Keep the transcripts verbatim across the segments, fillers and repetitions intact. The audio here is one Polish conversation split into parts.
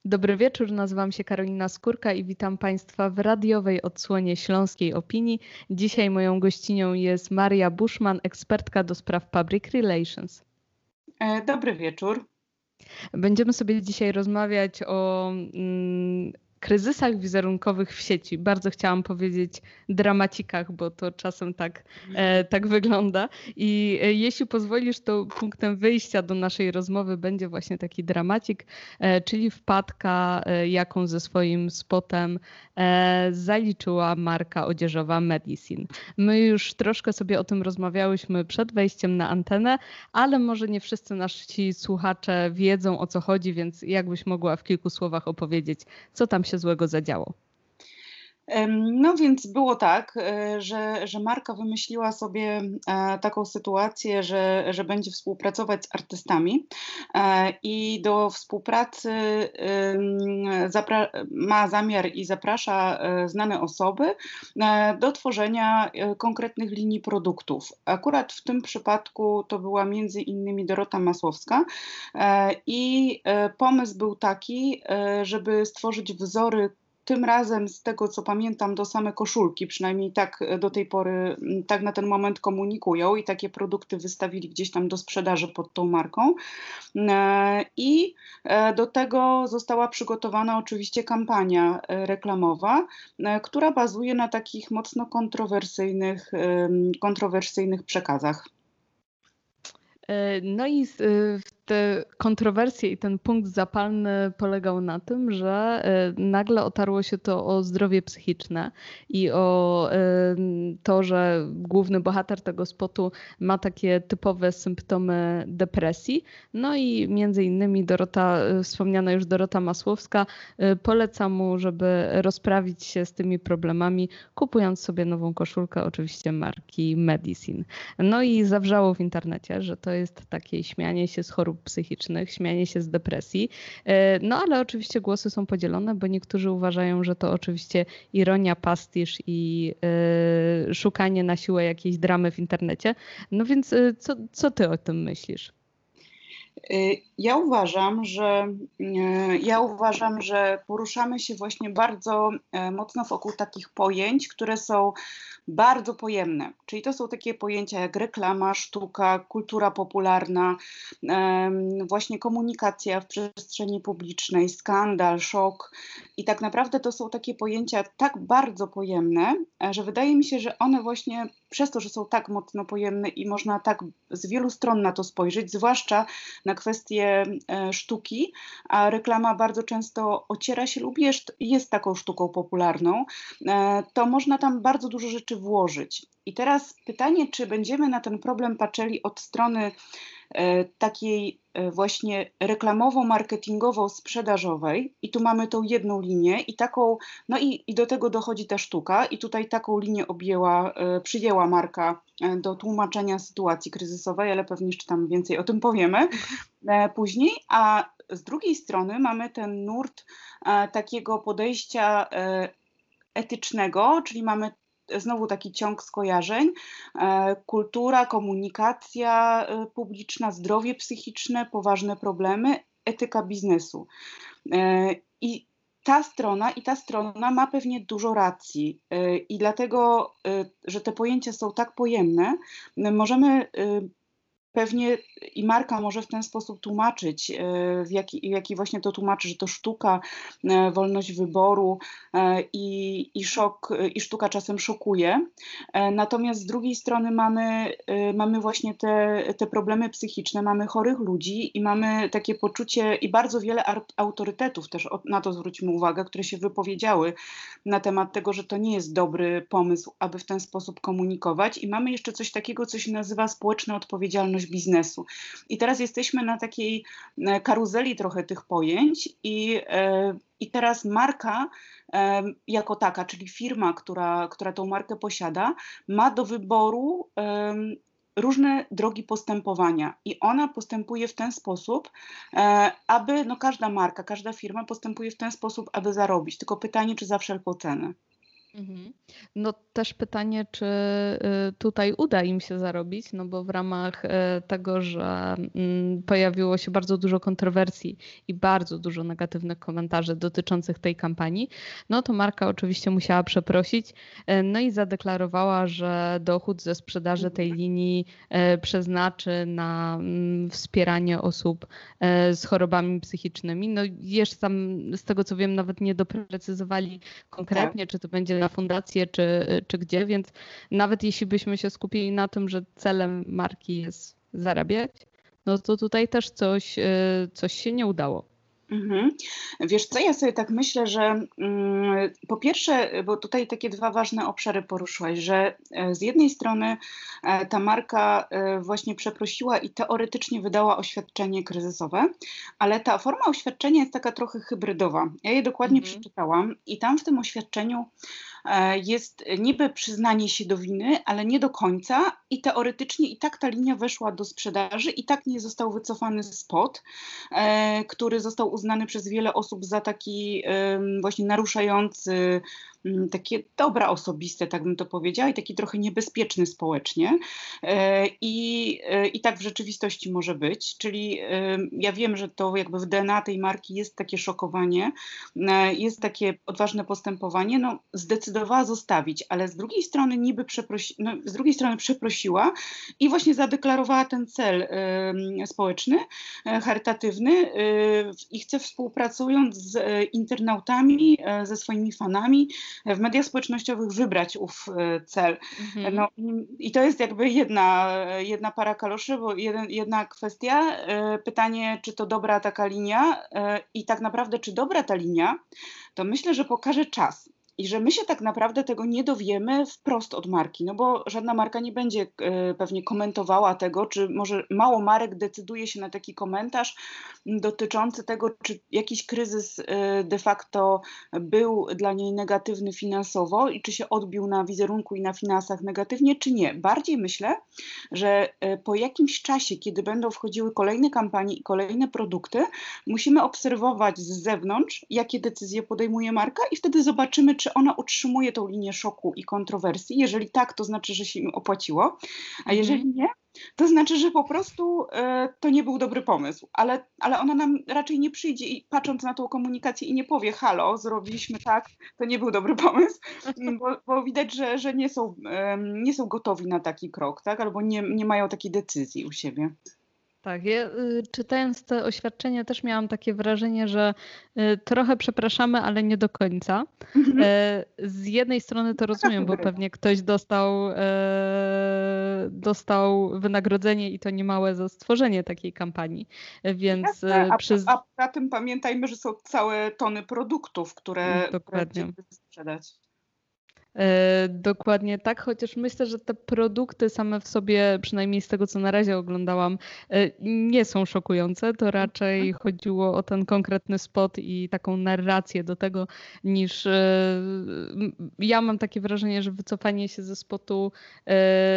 Dobry wieczór, nazywam się Karolina Skórka i witam Państwa w radiowej odsłonie Śląskiej Opinii. Dzisiaj moją gościnią jest Maria Buszman, ekspertka do spraw Public Relations. Dobry wieczór. Będziemy sobie dzisiaj rozmawiać o mm, kryzysach wizerunkowych w sieci. Bardzo chciałam powiedzieć dramacikach, bo to czasem tak, e, tak wygląda. I e, jeśli pozwolisz, to punktem wyjścia do naszej rozmowy będzie właśnie taki dramacik, e, czyli wpadka, e, jaką ze swoim spotem e, zaliczyła marka odzieżowa Medicine. My już troszkę sobie o tym rozmawiałyśmy przed wejściem na antenę, ale może nie wszyscy nasi słuchacze wiedzą, o co chodzi, więc jakbyś mogła w kilku słowach opowiedzieć, co tam się złego zadziało? No więc było tak, że, że marka wymyśliła sobie taką sytuację, że, że będzie współpracować z artystami i do współpracy ma zamiar i zaprasza znane osoby do tworzenia konkretnych linii produktów. Akurat w tym przypadku to była między innymi Dorota Masłowska i pomysł był taki, żeby stworzyć wzory tym razem, z tego co pamiętam, do same koszulki, przynajmniej tak do tej pory, tak na ten moment komunikują i takie produkty wystawili gdzieś tam do sprzedaży pod tą marką. I do tego została przygotowana oczywiście kampania reklamowa, która bazuje na takich mocno kontrowersyjnych, kontrowersyjnych przekazach. No i te kontrowersje i ten punkt zapalny polegał na tym, że nagle otarło się to o zdrowie psychiczne i o to, że główny bohater tego spotu ma takie typowe symptomy depresji. No i między innymi Dorota, wspomniana już Dorota Masłowska, poleca mu, żeby rozprawić się z tymi problemami, kupując sobie nową koszulkę, oczywiście marki Medicine. No i zawrzało w internecie, że to jest takie śmianie się z chorób psychicznych, śmianie się z depresji. No ale oczywiście głosy są podzielone, bo niektórzy uważają, że to oczywiście ironia, pastisz i y, szukanie na siłę jakiejś dramy w internecie. No więc y, co, co ty o tym myślisz? Ja uważam, że ja uważam, że poruszamy się właśnie bardzo mocno wokół takich pojęć, które są bardzo pojemne. Czyli to są takie pojęcia jak reklama, sztuka, kultura popularna, właśnie komunikacja w przestrzeni publicznej, skandal, szok. I tak naprawdę to są takie pojęcia tak bardzo pojemne, że wydaje mi się, że one właśnie przez to, że są tak mocno pojemne i można tak z wielu stron na to spojrzeć, zwłaszcza na kwestie sztuki, a reklama bardzo często ociera się lub jest, jest taką sztuką popularną, to można tam bardzo dużo rzeczy włożyć. I teraz pytanie, czy będziemy na ten problem patrzyli od strony e, takiej e, właśnie reklamowo-marketingowo-sprzedażowej i tu mamy tą jedną linię i taką, no i, i do tego dochodzi ta sztuka i tutaj taką linię objęła, e, przyjęła marka e, do tłumaczenia sytuacji kryzysowej, ale pewnie jeszcze tam więcej o tym powiemy e, później, a z drugiej strony mamy ten nurt e, takiego podejścia e, etycznego, czyli mamy znowu taki ciąg skojarzeń, e, kultura, komunikacja e, publiczna, zdrowie psychiczne, poważne problemy, etyka biznesu. E, I ta strona i ta strona ma pewnie dużo racji e, i dlatego, e, że te pojęcia są tak pojemne, możemy e, pewnie i marka może w ten sposób tłumaczyć, w jaki, w jaki właśnie to tłumaczy, że to sztuka, wolność wyboru i, i szok, i sztuka czasem szokuje. Natomiast z drugiej strony mamy, mamy właśnie te, te problemy psychiczne, mamy chorych ludzi i mamy takie poczucie i bardzo wiele autorytetów też, na to zwróćmy uwagę, które się wypowiedziały na temat tego, że to nie jest dobry pomysł, aby w ten sposób komunikować. I mamy jeszcze coś takiego, co się nazywa społeczna odpowiedzialność biznesu. I teraz jesteśmy na takiej karuzeli trochę tych pojęć i, i teraz marka jako taka, czyli firma, która, która tą markę posiada, ma do wyboru różne drogi postępowania i ona postępuje w ten sposób, aby, no każda marka, każda firma postępuje w ten sposób, aby zarobić. Tylko pytanie, czy za wszelką cenę. Mhm. No też pytanie, czy y, tutaj uda im się zarobić, no bo w ramach y, tego, że mm, pojawiło się bardzo dużo kontrowersji i bardzo dużo negatywnych komentarzy dotyczących tej kampanii, no to marka oczywiście musiała przeprosić, y, no i zadeklarowała, że dochód ze sprzedaży tej linii y, przeznaczy na mm, wspieranie osób y, z chorobami psychicznymi. No jeszcze tam z tego co wiem nawet nie doprecyzowali konkretnie, czy to będzie na fundację, czy, czy gdzie, więc nawet jeśli byśmy się skupili na tym, że celem marki jest zarabiać, no to tutaj też coś, y, coś się nie udało. Mhm. Wiesz co, ja sobie tak myślę, że mm, po pierwsze, bo tutaj takie dwa ważne obszary poruszyłaś, że e, z jednej strony e, ta marka e, właśnie przeprosiła i teoretycznie wydała oświadczenie kryzysowe, ale ta forma oświadczenia jest taka trochę hybrydowa. Ja je dokładnie Mhm. przeczytałam i tam w tym oświadczeniu e, jest niby przyznanie się do winy, ale nie do końca i teoretycznie i tak ta linia weszła do sprzedaży i tak nie został wycofany spot, e, który został uznany przez wiele osób za taki em, właśnie naruszający mm, takie dobra osobiste, tak bym to powiedziała, i taki trochę niebezpieczny społecznie. E, I, e, I tak w rzeczywistości może być. Czyli e, ja wiem, że to jakby w D N A tej marki jest takie szokowanie, e, jest takie odważne postępowanie. No, zdecydowała zostawić, ale z drugiej strony niby przeprosi, no, z drugiej strony przeprosiła i właśnie zadeklarowała ten cel em, społeczny, e, charytatywny e, i chce współpracując z e, internautami, e, ze swoimi fanami e, w mediach społecznościowych wybrać ów e, cel. E, Mhm. No, i- I to jest jakby jedna, jedna para kaloszy, bo jeden, jedna kwestia, e, pytanie, czy to dobra taka linia e, i tak naprawdę, czy dobra ta linia, to myślę, że pokaże czas. I że my się tak naprawdę tego nie dowiemy wprost od marki, no bo żadna marka nie będzie e, pewnie komentowała tego, czy może mało marek decyduje się na taki komentarz m, dotyczący tego, czy jakiś kryzys e, de facto był dla niej negatywny finansowo i czy się odbił na wizerunku i na finansach negatywnie, czy nie. Bardziej myślę, że e, po jakimś czasie, kiedy będą wchodziły kolejne kampanie i kolejne produkty, musimy obserwować z zewnątrz, jakie decyzje podejmuje marka i wtedy zobaczymy, czy ona utrzymuje tą linię szoku i kontrowersji. Jeżeli tak, to znaczy, że się im opłaciło, a jeżeli Mhm. nie, to znaczy, że po prostu e, to nie był dobry pomysł. Ale, ale ona nam raczej nie przyjdzie i patrząc na tą komunikację i nie powie: halo, zrobiliśmy tak, to nie był dobry pomysł, bo, bo widać, że, że nie, są, em, nie są gotowi na taki krok, tak? Albo nie, nie mają takiej decyzji u siebie. Tak, ja y, czytając te oświadczenia też miałam takie wrażenie, że y, trochę przepraszamy, ale nie do końca. Mhm. E, Z jednej strony to Taka rozumiem, bo hybryda. pewnie ktoś dostał, e, dostał wynagrodzenie i to niemałe za stworzenie takiej kampanii, więc Jasne, e, a, przez... a poza tym pamiętajmy, że są całe tony produktów, które, które Dokładnie. chcieliby sprzedać. E, Dokładnie tak, chociaż myślę, że te produkty same w sobie, przynajmniej z tego co na razie oglądałam, e, nie są szokujące. To raczej chodziło o ten konkretny spot i taką narrację do tego, niż e, m- ja mam takie wrażenie, że wycofanie się ze spotu e,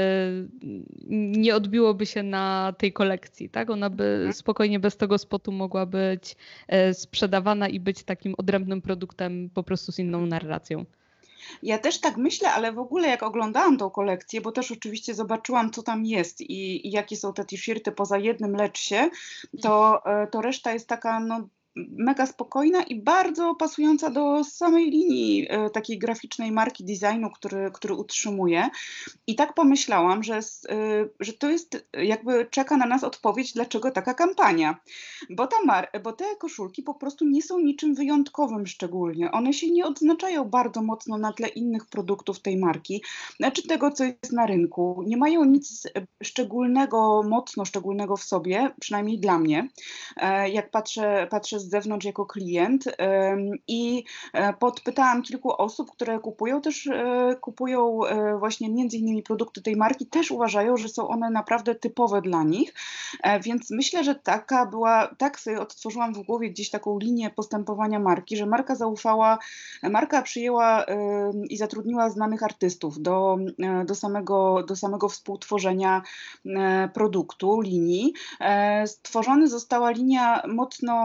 nie odbiłoby się na tej kolekcji, tak? Ona by spokojnie bez tego spotu mogła być e, sprzedawana i być takim odrębnym produktem po prostu z inną narracją. Ja też tak myślę, ale w ogóle jak oglądałam tą kolekcję, bo też oczywiście zobaczyłam, co tam jest i, i jakie są te t-shirty poza jednym lecz się, to, e, to reszta jest taka no, mega spokojna i bardzo pasująca do samej linii e, takiej graficznej marki designu, który, który utrzymuje. I tak pomyślałam, że, s- y, że to jest y, jakby czeka na nas odpowiedź, dlaczego taka kampania. Bo, ta mar- bo te koszulki po prostu nie są niczym wyjątkowym szczególnie. One się nie odznaczają bardzo mocno na tle innych produktów tej marki, znaczy tego, co jest na rynku. Nie mają nic y, szczególnego, mocno szczególnego w sobie, przynajmniej dla mnie, e, jak patrzę, patrzę z zewnątrz jako klient. Em, I e, podpytałam kilku osób, które kupują też, e, kupują e, właśnie między innymi produkty tej marki, też uważają, że są one naprawdę typowe dla nich. E, Więc myślę, że taka była, tak sobie odtworzyłam w głowie gdzieś taką linię postępowania marki, że marka zaufała, marka przyjęła e, i zatrudniła znanych artystów do, e, do samego, do samego współtworzenia e, produktu, linii. E, Stworzona została linia mocno e,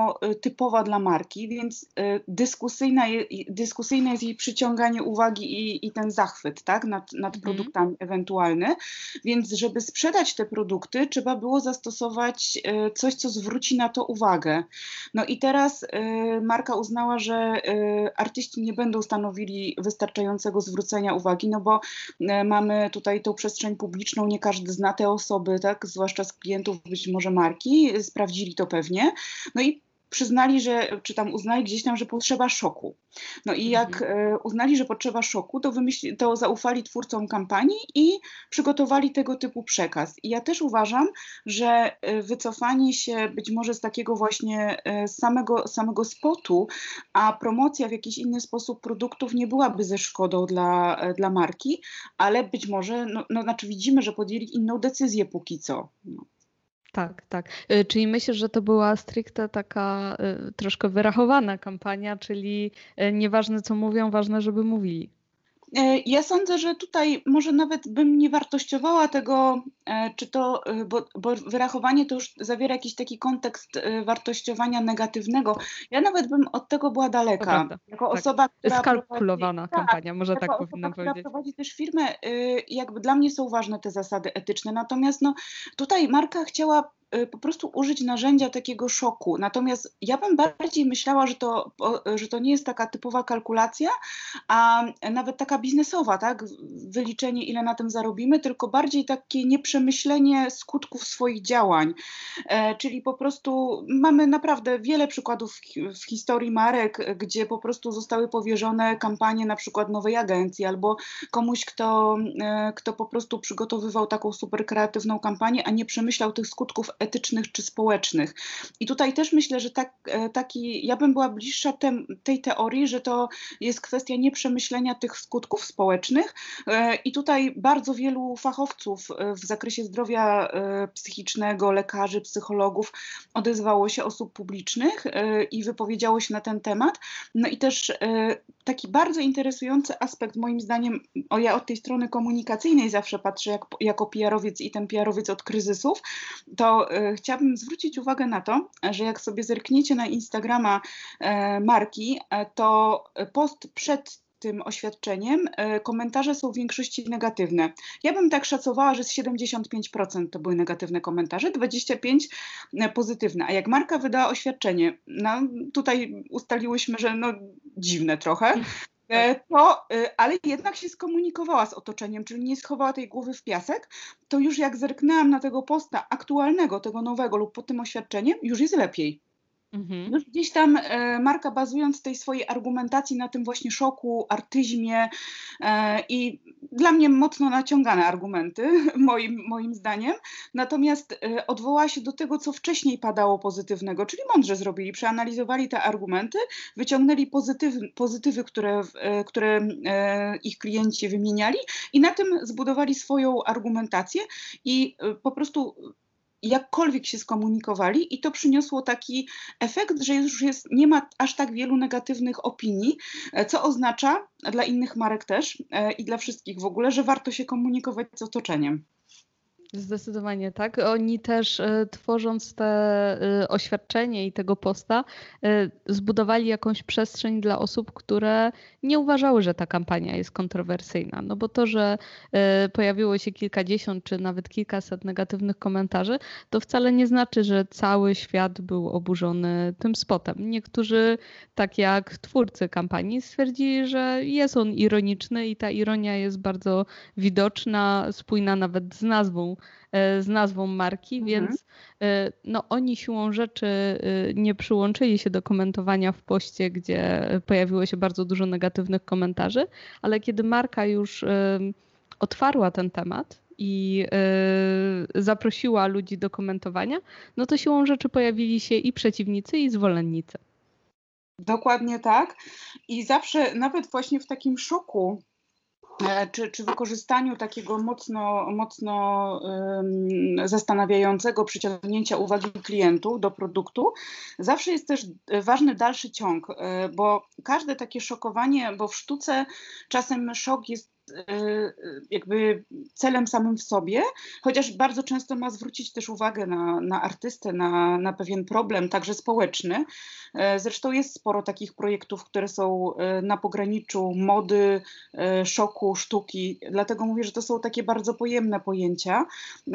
typowa dla marki, więc y, dyskusyjna je, dyskusyjne jest jej przyciąganie uwagi i, i ten zachwyt, tak, nad, nad Mhm. produktami ewentualny. Więc żeby sprzedać te produkty, trzeba było zastosować y, coś, co zwróci na to uwagę. No i teraz y, marka uznała, że y, artyści nie będą stanowili wystarczającego zwrócenia uwagi, no bo y, mamy tutaj tą przestrzeń publiczną, nie każdy zna te osoby, tak, zwłaszcza z klientów być może marki, sprawdzili to pewnie, no i przyznali, że, czy tam uznali gdzieś tam, że potrzeba szoku. No i jak Mhm. e, uznali, że potrzeba szoku, to, wymyśli, to zaufali twórcom kampanii i przygotowali tego typu przekaz. I ja też uważam, że e, wycofanie się być może z takiego właśnie e, samego, samego spotu, a promocja w jakiś inny sposób produktów nie byłaby ze szkodą dla, e, dla marki, ale być może, no, no znaczy widzimy, że podjęli inną decyzję póki co. No. Tak, tak. Y, Czyli myślisz, że to była stricte taka y, troszkę wyrachowana kampania, czyli y, nieważne co mówią, ważne, żeby mówili. E, Ja sądzę, że tutaj może nawet bym nie wartościowała tego, e, czy to, e, bo, bo wyrachowanie to już zawiera jakiś taki kontekst e, wartościowania negatywnego. Ja nawet bym od tego była To daleka. prawda. Jako Tak. osoba, która prowadzi, Skalkulowana tak, kampania, może tak jako osoba, powinnam która powiedzieć. prowadzi też firmę, e, jakby dla mnie są ważne te zasady etyczne. Natomiast no, tutaj marka chciała e, po prostu użyć narzędzia takiego szoku. Natomiast ja bym bardziej myślała, że to, o, że to nie jest taka typowa kalkulacja, a nawet taka biznesowa, tak? Wyliczenie, ile na tym zarobimy, tylko bardziej takie nieprzemyślenie skutków swoich działań. E, czyli po prostu mamy naprawdę wiele przykładów w, hi- w historii marek, gdzie po prostu zostały powierzone kampanie na przykład nowej agencji albo komuś, kto, e, kto po prostu przygotowywał taką super kreatywną kampanię, a nie przemyślał tych skutków etycznych czy społecznych. I tutaj też myślę, że tak, e, taki, ja bym była bliższa tem, tej teorii, że to jest kwestia nieprzemyślenia tych skutków społecznych. E, I tutaj bardzo wielu fachowców e, w zakresie zdrowia e, psychicznego, lekarzy, psychologów odezwało się, osób publicznych e, i wypowiedziało się na ten temat. No i też e, taki bardzo interesujący aspekt moim zdaniem, o ja od tej strony komunikacyjnej zawsze patrzę jak, jako P R owiec i ten P R owiec od kryzysów, to e, chciałabym zwrócić uwagę na to, że jak sobie zerkniecie na Instagrama e, marki, e, to post przed tym oświadczeniem e, komentarze są w większości negatywne. Ja bym tak szacowała, że z siedemdziesiąt pięć procent to były negatywne komentarze, dwadzieścia pięć procent pozytywne. A jak marka wydała oświadczenie, no tutaj ustaliłyśmy, że no dziwne trochę, Tak. e, to, e, ale jednak się skomunikowała z otoczeniem, czyli nie schowała tej głowy w piasek, to już jak zerknęłam na tego posta aktualnego, tego nowego lub po tym oświadczeniem, już jest lepiej. Mhm. Już gdzieś tam e, marka, bazując tej swojej argumentacji na tym właśnie szoku, artyzmie e, i dla mnie mocno naciągane argumenty, moim, moim zdaniem, natomiast e, odwołała się do tego, co wcześniej padało pozytywnego, czyli mądrze zrobili, przeanalizowali te argumenty, wyciągnęli pozytywy, pozytywy które, e, które e, ich klienci wymieniali i na tym zbudowali swoją argumentację i e, po prostu jakkolwiek się skomunikowali i to przyniosło taki efekt, że już jest, nie ma aż tak wielu negatywnych opinii, e, co oznacza dla innych marek też e, i dla wszystkich w ogóle, że warto się komunikować z otoczeniem. Zdecydowanie tak. Oni też e, tworząc te e, oświadczenie i tego posta e, zbudowali jakąś przestrzeń dla osób, które nie uważały, że ta kampania jest kontrowersyjna. No bo to, że e, pojawiło się kilkadziesiąt czy nawet kilkaset negatywnych komentarzy, to wcale nie znaczy, że cały świat był oburzony tym spotem. Niektórzy, tak jak twórcy kampanii, stwierdzili, że jest on ironiczny i ta ironia jest bardzo widoczna, spójna nawet z nazwą z nazwą marki, Mhm. więc no, oni siłą rzeczy nie przyłączyli się do komentowania w poście, gdzie pojawiło się bardzo dużo negatywnych komentarzy, ale kiedy marka już otwarła ten temat i zaprosiła ludzi do komentowania, no to siłą rzeczy pojawili się i przeciwnicy, i zwolennicy. Dokładnie tak. I zawsze, nawet właśnie w takim szoku, e, czy, czy wykorzystaniu takiego mocno, mocno ym, zastanawiającego przyciągnięcia uwagi klientów do produktu, zawsze jest też ważny dalszy ciąg, e, bo każde takie szokowanie, bo w sztuce czasem szok jest jakby celem samym w sobie, chociaż bardzo często ma zwrócić też uwagę na, na artystę, na, na pewien problem, także społeczny. Zresztą jest sporo takich projektów, które są na pograniczu mody, szoku, sztuki. Dlatego mówię, że to są takie bardzo pojemne pojęcia,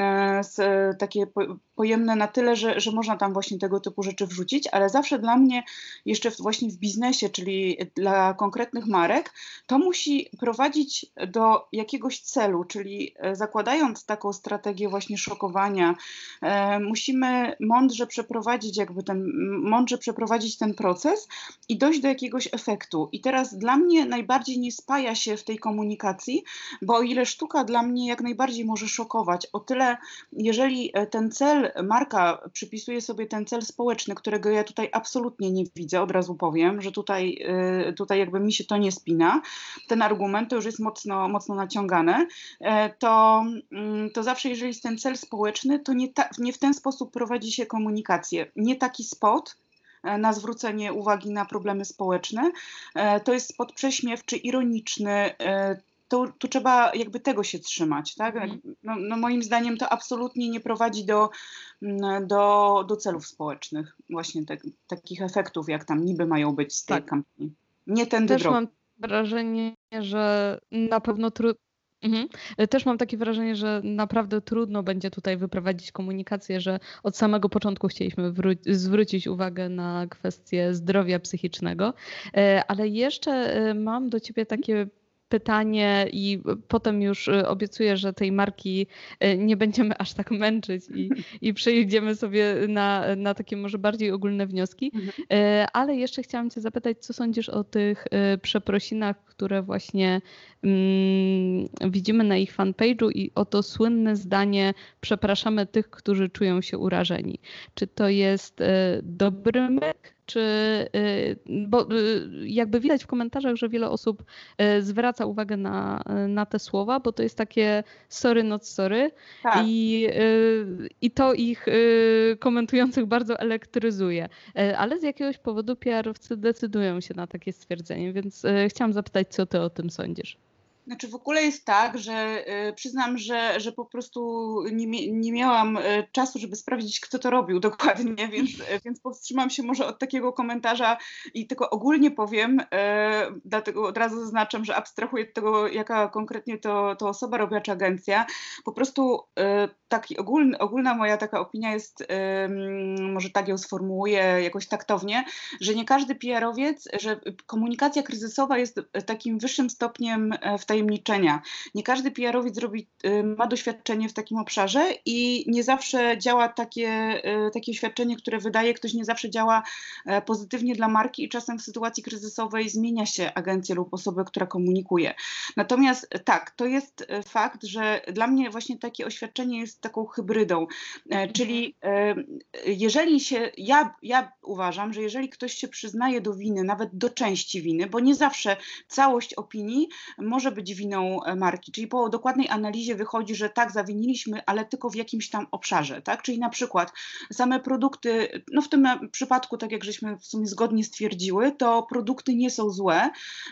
takie pojemne na tyle, że, że można tam właśnie tego typu rzeczy wrzucić, ale zawsze dla mnie jeszcze właśnie w biznesie, czyli dla konkretnych marek, to musi prowadzić do jakiegoś celu, czyli zakładając taką strategię właśnie szokowania, e, musimy mądrze przeprowadzić jakby ten, mądrze przeprowadzić ten proces i dojść do jakiegoś efektu. I teraz dla mnie najbardziej nie spaja się w tej komunikacji, bo o ile sztuka dla mnie jak najbardziej może szokować, o tyle jeżeli ten cel, marka przypisuje sobie ten cel społeczny, którego ja tutaj absolutnie nie widzę, od razu powiem, że tutaj, tutaj jakby mi się to nie spina, ten argument to już jest mocno, mocno naciągane, to, to zawsze jeżeli jest ten cel społeczny, to nie, ta, nie w ten sposób prowadzi się komunikację. Nie taki spot na zwrócenie uwagi na problemy społeczne, to jest spot prześmiewczy, ironiczny, to, tu trzeba jakby tego się trzymać, tak? No, no moim zdaniem to absolutnie nie prowadzi do, do, do celów społecznych, właśnie te, takich efektów, jak tam niby mają być z tej tak. kampanii. Nie tędy Też drogi. mam wrażenie, że na pewno trudno. Mhm. Też mam takie wrażenie, że naprawdę trudno będzie tutaj wyprowadzić komunikację, że od samego początku chcieliśmy wró- zwrócić uwagę na kwestię zdrowia psychicznego, ale jeszcze mam do ciebie takie pytanie i potem już obiecuję, że tej marki nie będziemy aż tak męczyć i, i przejdziemy sobie na, na takie może bardziej ogólne wnioski, mhm. ale jeszcze chciałam cię zapytać, co sądzisz o tych przeprosinach, które właśnie mm, widzimy na ich fanpage'u i o to słynne zdanie: przepraszamy tych, którzy czują się urażeni. Czy to jest dobry myk? Czy, bo jakby widać w komentarzach, że wiele osób zwraca uwagę na, na te słowa, bo to jest takie sorry not sorry, tak. I, i to ich komentujących bardzo elektryzuje. Ale z jakiegoś powodu P R-owcy decydują się na takie stwierdzenie, więc chciałam zapytać, co ty o tym sądzisz? Znaczy w ogóle jest tak, że y, przyznam, że, że po prostu nie, nie miałam y, czasu, żeby sprawdzić, kto to robił dokładnie, więc, y, więc powstrzymam się może od takiego komentarza i tylko ogólnie powiem, y, dlatego od razu zaznaczam, że abstrahuję od tego, jaka konkretnie to, to osoba robiła, czy agencja. Po prostu y, taki ogólny, ogólna moja taka opinia jest, y, może tak ją sformułuję jakoś taktownie, że nie każdy P R-owiec, że komunikacja kryzysowa jest takim wyższym stopniem w wtajemniczenia. Nie każdy P R-owiec robi, ma doświadczenie w takim obszarze i nie zawsze działa takie, takie świadczenie, które wydaje, ktoś nie zawsze działa pozytywnie dla marki i czasem w sytuacji kryzysowej zmienia się agencja lub osobę, która komunikuje. Natomiast tak, to jest fakt, że dla mnie właśnie takie oświadczenie jest taką hybrydą, czyli jeżeli się, ja, ja uważam, że jeżeli ktoś się przyznaje do winy, nawet do części winy, bo nie zawsze całość opinii może być winą marki, czyli po dokładnej analizie wychodzi, że tak, zawiniliśmy, ale tylko w jakimś tam obszarze, tak? Czyli na przykład same produkty, no w tym przypadku, tak jak żeśmy w sumie zgodnie stwierdziły, to produkty nie są złe.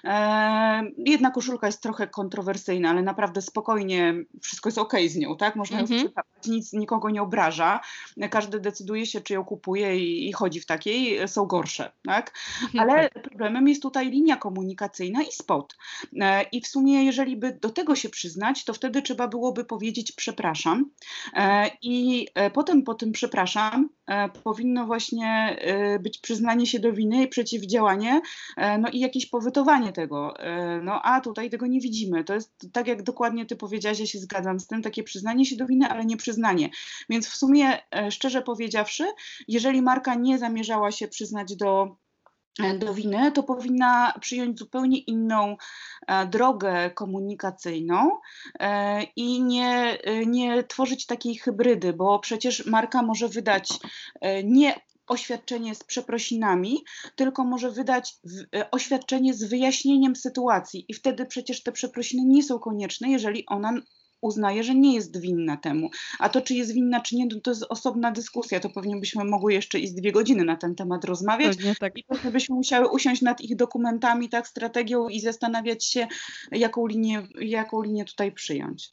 E, jedna koszulka jest trochę kontrowersyjna, ale naprawdę spokojnie wszystko jest okej z nią, tak? Można ją mm-hmm. sprzedawać, nic nikogo nie obraża. Każdy decyduje się, czy ją kupuje i, i chodzi w takiej, są gorsze, tak? Ale problemem jest tutaj linia komunikacyjna i spot. E, I w sumie, jeżeli by do tego się przyznać, to wtedy trzeba byłoby powiedzieć przepraszam. E, I e, potem po tym przepraszam e, powinno właśnie e, być przyznanie się do winy i przeciwdziałanie, e, no i jakieś powytowanie tego. E, no a tutaj tego nie widzimy. To jest tak, jak dokładnie ty powiedziałaś, ja się zgadzam z tym, takie przyznanie się do winy, ale nie przyznanie. Więc w sumie, e, szczerze powiedziawszy, jeżeli marka nie zamierzała się przyznać do do winy, to powinna przyjąć zupełnie inną e, drogę komunikacyjną e, i nie, nie tworzyć takiej hybrydy, bo przecież marka może wydać e, nie oświadczenie z przeprosinami, tylko może wydać w, e, oświadczenie z wyjaśnieniem sytuacji i wtedy przecież te przeprosiny nie są konieczne, jeżeli ona uznaje, że nie jest winna temu. A to, czy jest winna, czy nie, to jest osobna dyskusja. To pewnie byśmy mogły jeszcze i z dwie godziny na ten temat rozmawiać. Pewnie tak. I pewnie byśmy musiały usiąść nad ich dokumentami, tak, strategią i zastanawiać się, jaką linię, jaką linię tutaj przyjąć.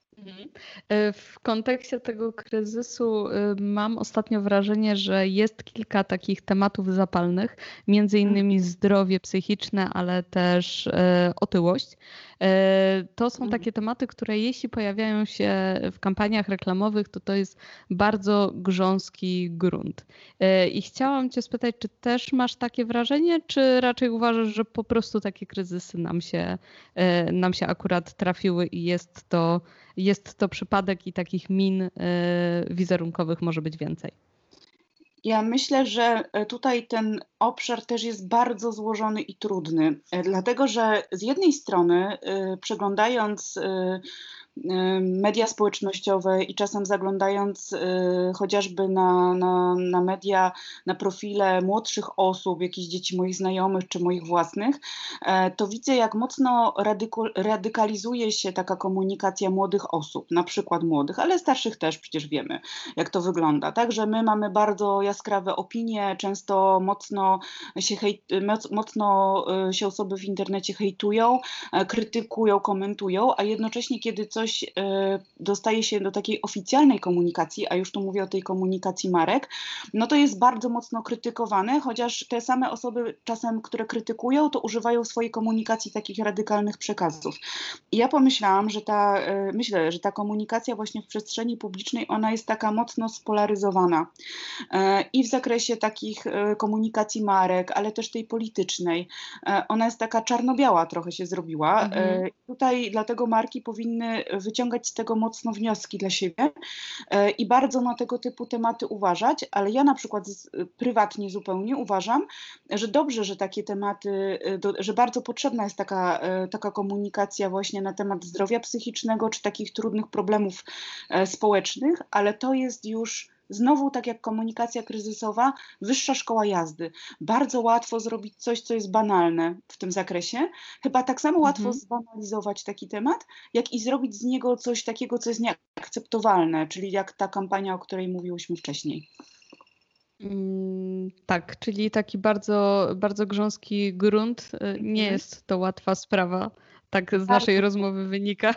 W kontekście tego kryzysu mam ostatnio wrażenie, że jest kilka takich tematów zapalnych, między innymi zdrowie psychiczne, ale też otyłość. To są takie tematy, które jeśli pojawiają się w kampaniach reklamowych, to to jest bardzo grząski grunt. I chciałam cię spytać, czy też masz takie wrażenie, czy raczej uważasz, że po prostu takie kryzysy nam się, nam się akurat trafiły i jest to Jest to przypadek i takich min wizerunkowych może być więcej? Ja myślę, że tutaj ten obszar też jest bardzo złożony i trudny, dlatego że z jednej strony przeglądając media społecznościowe i czasem zaglądając chociażby na, na, na media, na profile młodszych osób, jakichś dzieci moich znajomych czy moich własnych, to widzę, jak mocno radyku- radykalizuje się taka komunikacja młodych osób, na przykład młodych, ale starszych też przecież wiemy, jak to wygląda. Także my mamy bardzo jaskrawe opinie, często mocno się, hejt, mocno się osoby w internecie hejtują, krytykują, komentują, a jednocześnie kiedy coś dostaje się do takiej oficjalnej komunikacji, a już tu mówię o tej komunikacji marek, no to jest bardzo mocno krytykowane, chociaż te same osoby czasem, które krytykują, to używają w swojej komunikacji takich radykalnych przekazów. I ja pomyślałam, że ta, myślę, że ta komunikacja właśnie w przestrzeni publicznej, ona jest taka mocno spolaryzowana. I w zakresie takich komunikacji marek, ale też tej politycznej. Ona jest taka czarno-biała trochę się zrobiła. Mhm. Tutaj dlatego marki powinny wyciągać z tego mocno wnioski dla siebie i bardzo na tego typu tematy uważać, ale ja na przykład prywatnie zupełnie uważam, że dobrze, że takie tematy, że bardzo potrzebna jest taka, taka komunikacja właśnie na temat zdrowia psychicznego czy takich trudnych problemów społecznych, ale to jest już znowu, tak jak komunikacja kryzysowa, wyższa szkoła jazdy. Bardzo łatwo zrobić coś, co jest banalne w tym zakresie. Chyba tak samo łatwo Mhm. zbanalizować taki temat, jak i zrobić z niego coś takiego, co jest nieakceptowalne, czyli jak ta kampania, o której mówiłyśmy wcześniej. Mm, tak, czyli taki bardzo, bardzo grząski grunt. Nie Mhm. jest to łatwa sprawa. Tak z Bardzo naszej rozmowy wynika.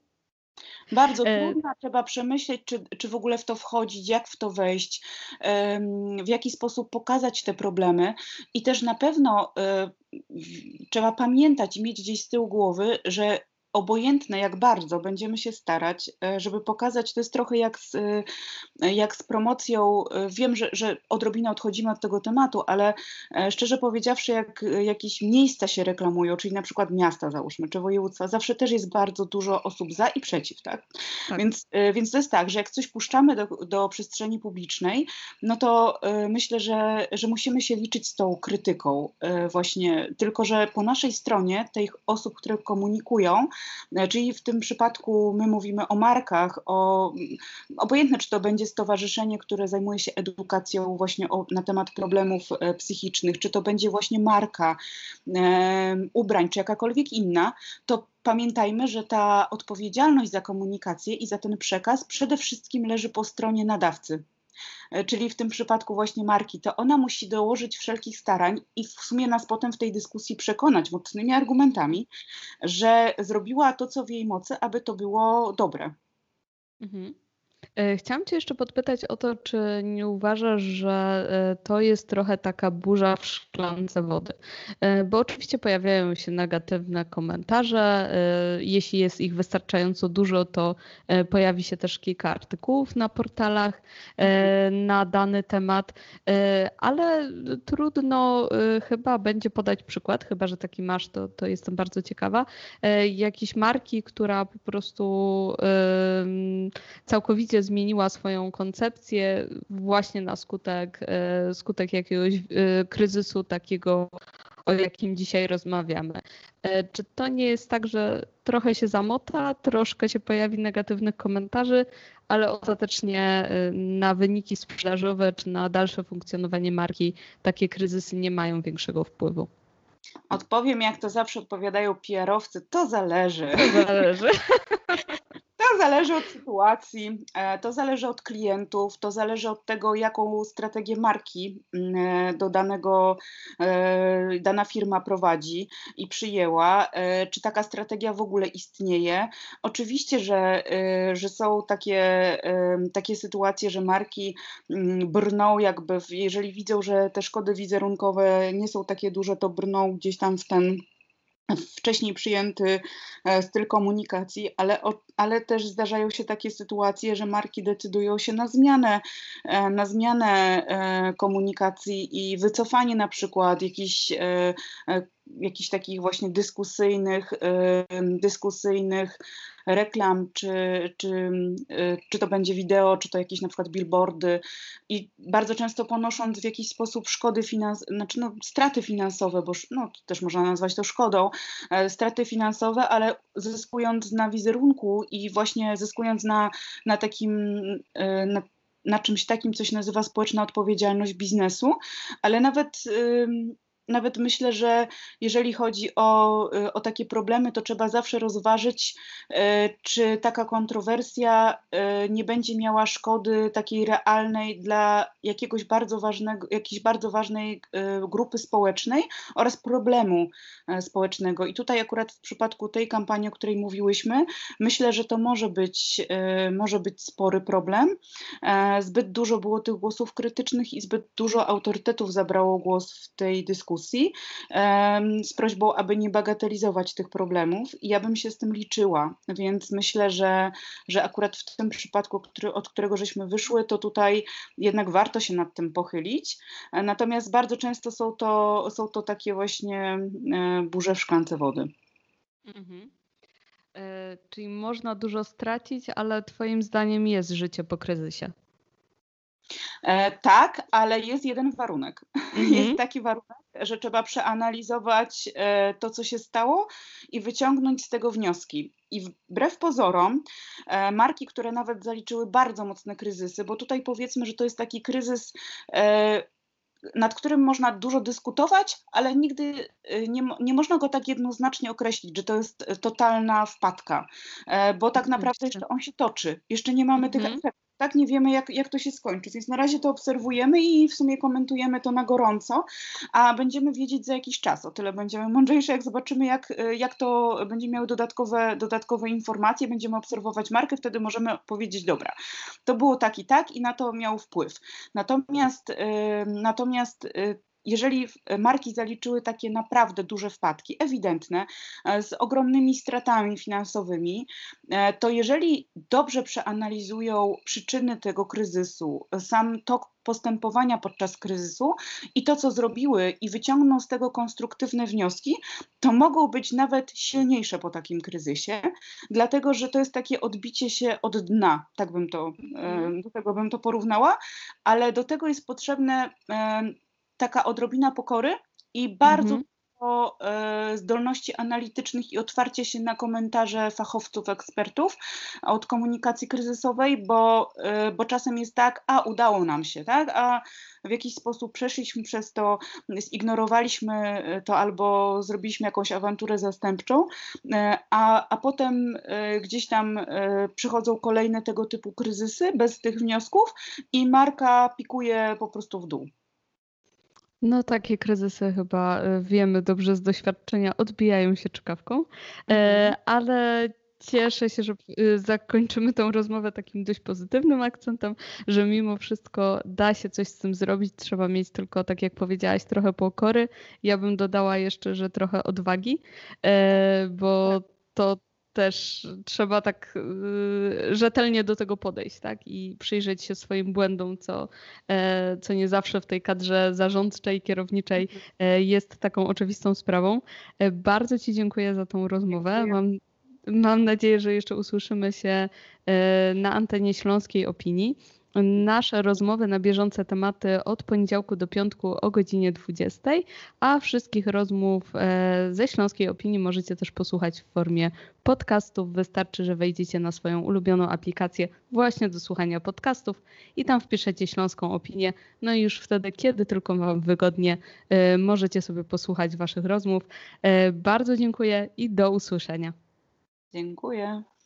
Bardzo E, trudna, trzeba przemyśleć, czy, czy w ogóle w to wchodzić, jak w to wejść, em, w jaki sposób pokazać te problemy. I też na pewno e, w- trzeba pamiętać i mieć gdzieś z tyłu głowy, że obojętne jak bardzo będziemy się starać, e, żeby pokazać, to jest trochę jak z, e, jak z promocją. e, Wiem, że, że odrobinę odchodzimy od tego tematu, ale e, szczerze powiedziawszy, jak e, jakieś miejsca się reklamują, czyli na przykład miasta załóżmy, czy województwa, zawsze też jest bardzo dużo osób za i przeciw, tak? tak. Więc, e, więc to jest tak, że jak coś puszczamy do, do przestrzeni publicznej, no to e, myślę, że, że musimy się liczyć z tą krytyką e, właśnie, tylko że po naszej stronie tych osób, które komunikują, e, czyli w tym przypadku my mówimy o markach, o obojętne, czy to będzie stowarzyszenie, które zajmuje się edukacją właśnie o, na temat problemów e, psychicznych, czy to będzie właśnie marka e, ubrań, czy jakakolwiek inna, to pamiętajmy, że ta odpowiedzialność za komunikację i za ten przekaz przede wszystkim leży po stronie nadawcy. E, Czyli w tym przypadku właśnie marki, to ona musi dołożyć wszelkich starań i w sumie nas potem w tej dyskusji przekonać mocnymi argumentami, że zrobiła to, co w jej mocy, aby to było dobre. Mhm. E, Chciałam cię jeszcze podpytać o to, czy nie uważasz, że e, to jest trochę taka burza w szklance wody? E, Bo oczywiście pojawiają się negatywne komentarze. e, Jeśli jest ich wystarczająco dużo, to e, pojawi się też kilka artykułów na portalach e, na dany temat, E, ale trudno e, chyba będzie podać przykład, chyba że taki masz, to, to jestem bardzo ciekawa, e, jakiejś marki, która po prostu em, całkowicie zmieniła swoją koncepcję właśnie na skutek, e, skutek jakiegoś e, kryzysu takiego, o jakim dzisiaj rozmawiamy. E, Czy to nie jest tak, że trochę się zamota, troszkę się pojawi negatywnych komentarzy, ale ostatecznie e, na wyniki sprzedażowe czy na dalsze funkcjonowanie marki takie kryzysy nie mają większego wpływu? Odpowiem, jak to zawsze odpowiadają P R owcy, to zależy. To zależy. To zależy od sytuacji, e, to zależy od klientów, to zależy od tego, jaką strategię marki mm, do danego e, dana firma prowadzi i przyjęła. E, Czy taka strategia w ogóle istnieje? Oczywiście, że, e, że są takie, e, takie sytuacje, że marki mm, brną jakby, w, jeżeli widzą, że te szkody wizerunkowe nie są takie duże, to brną gdzieś tam w ten wcześniej przyjęty e, styl komunikacji, ale, o, ale też zdarzają się takie sytuacje, że marki decydują się na zmianę, e, na zmianę e, komunikacji i wycofanie na przykład jakichś, e, e, jakichś takich właśnie dyskusyjnych, e, dyskusyjnych reklam, czy, czy, e, czy to będzie wideo, czy to jakieś na przykład billboardy i bardzo często ponosząc w jakiś sposób szkody finansowe, znaczy no, straty finansowe, bo no, też można nazwać to szkodą, e, straty finansowe, ale zyskując na wizerunku i właśnie zyskując na, na takim, e, na, na czymś takim, co się nazywa społeczna odpowiedzialność biznesu, ale nawet ym, nawet myślę, że jeżeli chodzi o, y, o takie problemy, to trzeba zawsze rozważyć, y, czy taka kontrowersja y, nie będzie miała szkody takiej realnej dla jakiegoś bardzo ważnego, jakiejś bardzo ważnej y, grupy społecznej oraz problemu e, społecznego. I tutaj akurat w przypadku tej kampanii, o której mówiłyśmy, myślę, że to może być, y, może być spory problem. E, Zbyt dużo było tych głosów krytycznych i zbyt dużo autorytetów zabrało głos w tej dyskusji em, z prośbą, aby nie bagatelizować tych problemów i ja bym się z tym liczyła, więc myślę, że, że akurat w tym przypadku, który, od którego żeśmy wyszły, to tutaj jednak warto się nad tym pochylić. E, Natomiast bardzo często są to, są to takie właśnie e, burze w szklance wody. Mhm. E, Czyli można dużo stracić, ale twoim zdaniem jest życie po kryzysie. E, tak, ale jest jeden warunek. Mhm. Jest taki warunek, że trzeba przeanalizować e, to, co się stało i wyciągnąć z tego wnioski. I wbrew pozorom, e, marki, które nawet zaliczyły bardzo mocne kryzysy, bo tutaj powiedzmy, że to jest taki kryzys, e, nad którym można dużo dyskutować, ale nigdy e, nie, mo- nie można go tak jednoznacznie określić, że to jest e, totalna wpadka, e, bo tak naprawdę Oczywiście. jeszcze on się toczy. Jeszcze nie mamy tych Mhm. efektów. Tak, nie wiemy, jak, jak to się skończy, więc na razie to obserwujemy i w sumie komentujemy to na gorąco, a będziemy wiedzieć za jakiś czas. O tyle będziemy mądrzejsi, jak zobaczymy, jak, e, jak to będzie miały dodatkowe, dodatkowe informacje, będziemy obserwować markę, wtedy możemy powiedzieć, dobra, to było tak i tak i na to miał wpływ. Natomiast, e, natomiast e, jeżeli w- marki zaliczyły takie naprawdę duże wpadki, ewidentne, e, z ogromnymi stratami finansowymi, e, to jeżeli dobrze przeanalizują przyczyny tego kryzysu, sam tok postępowania podczas kryzysu i to, co zrobiły i wyciągną z tego konstruktywne wnioski, to mogą być nawet silniejsze po takim kryzysie, dlatego że to jest takie odbicie się od dna, tak bym to, Mhm. e, do tego bym to porównała, ale do tego jest potrzebne e, taka odrobina pokory i bardzo Mhm. dużo e, zdolności analitycznych i otwarcie się na komentarze fachowców, ekspertów od komunikacji kryzysowej, bo, e, bo czasem jest tak, a udało nam się, tak? A w jakiś sposób przeszliśmy przez to, zignorowaliśmy to albo zrobiliśmy jakąś awanturę zastępczą, e, a, a potem e, gdzieś tam e, przychodzą kolejne tego typu kryzysy bez tych wniosków i marka pikuje po prostu w dół. No takie kryzysy chyba y, wiemy dobrze z doświadczenia, odbijają się czkawką, Mhm. E, ale cieszę się, że y, zakończymy tą rozmowę takim dość pozytywnym akcentem, że mimo wszystko da się coś z tym zrobić, trzeba mieć tylko, tak jak powiedziałaś, trochę pokory. Ja bym dodała jeszcze, że trochę odwagi, e, bo to też trzeba tak y, rzetelnie do tego podejść, tak? I przyjrzeć się swoim błędom, co, e, co nie zawsze w tej kadrze zarządczej, kierowniczej e, jest taką oczywistą sprawą. E, Bardzo Ci dziękuję za tą rozmowę. Dziękuję. Mam, mam nadzieję, że jeszcze usłyszymy się e, na antenie Śląskiej Opinii. Nasze rozmowy na bieżące tematy od poniedziałku do piątku o godzinie dwudziestej, a wszystkich rozmów e, ze Śląskiej Opinii możecie też posłuchać w formie podcastów. Wystarczy, że wejdziecie na swoją ulubioną aplikację właśnie do słuchania podcastów i tam wpiszecie Śląską Opinię. No i już wtedy, kiedy tylko Wam wygodnie, e, możecie sobie posłuchać Waszych rozmów. E, Bardzo dziękuję i do usłyszenia. Dziękuję.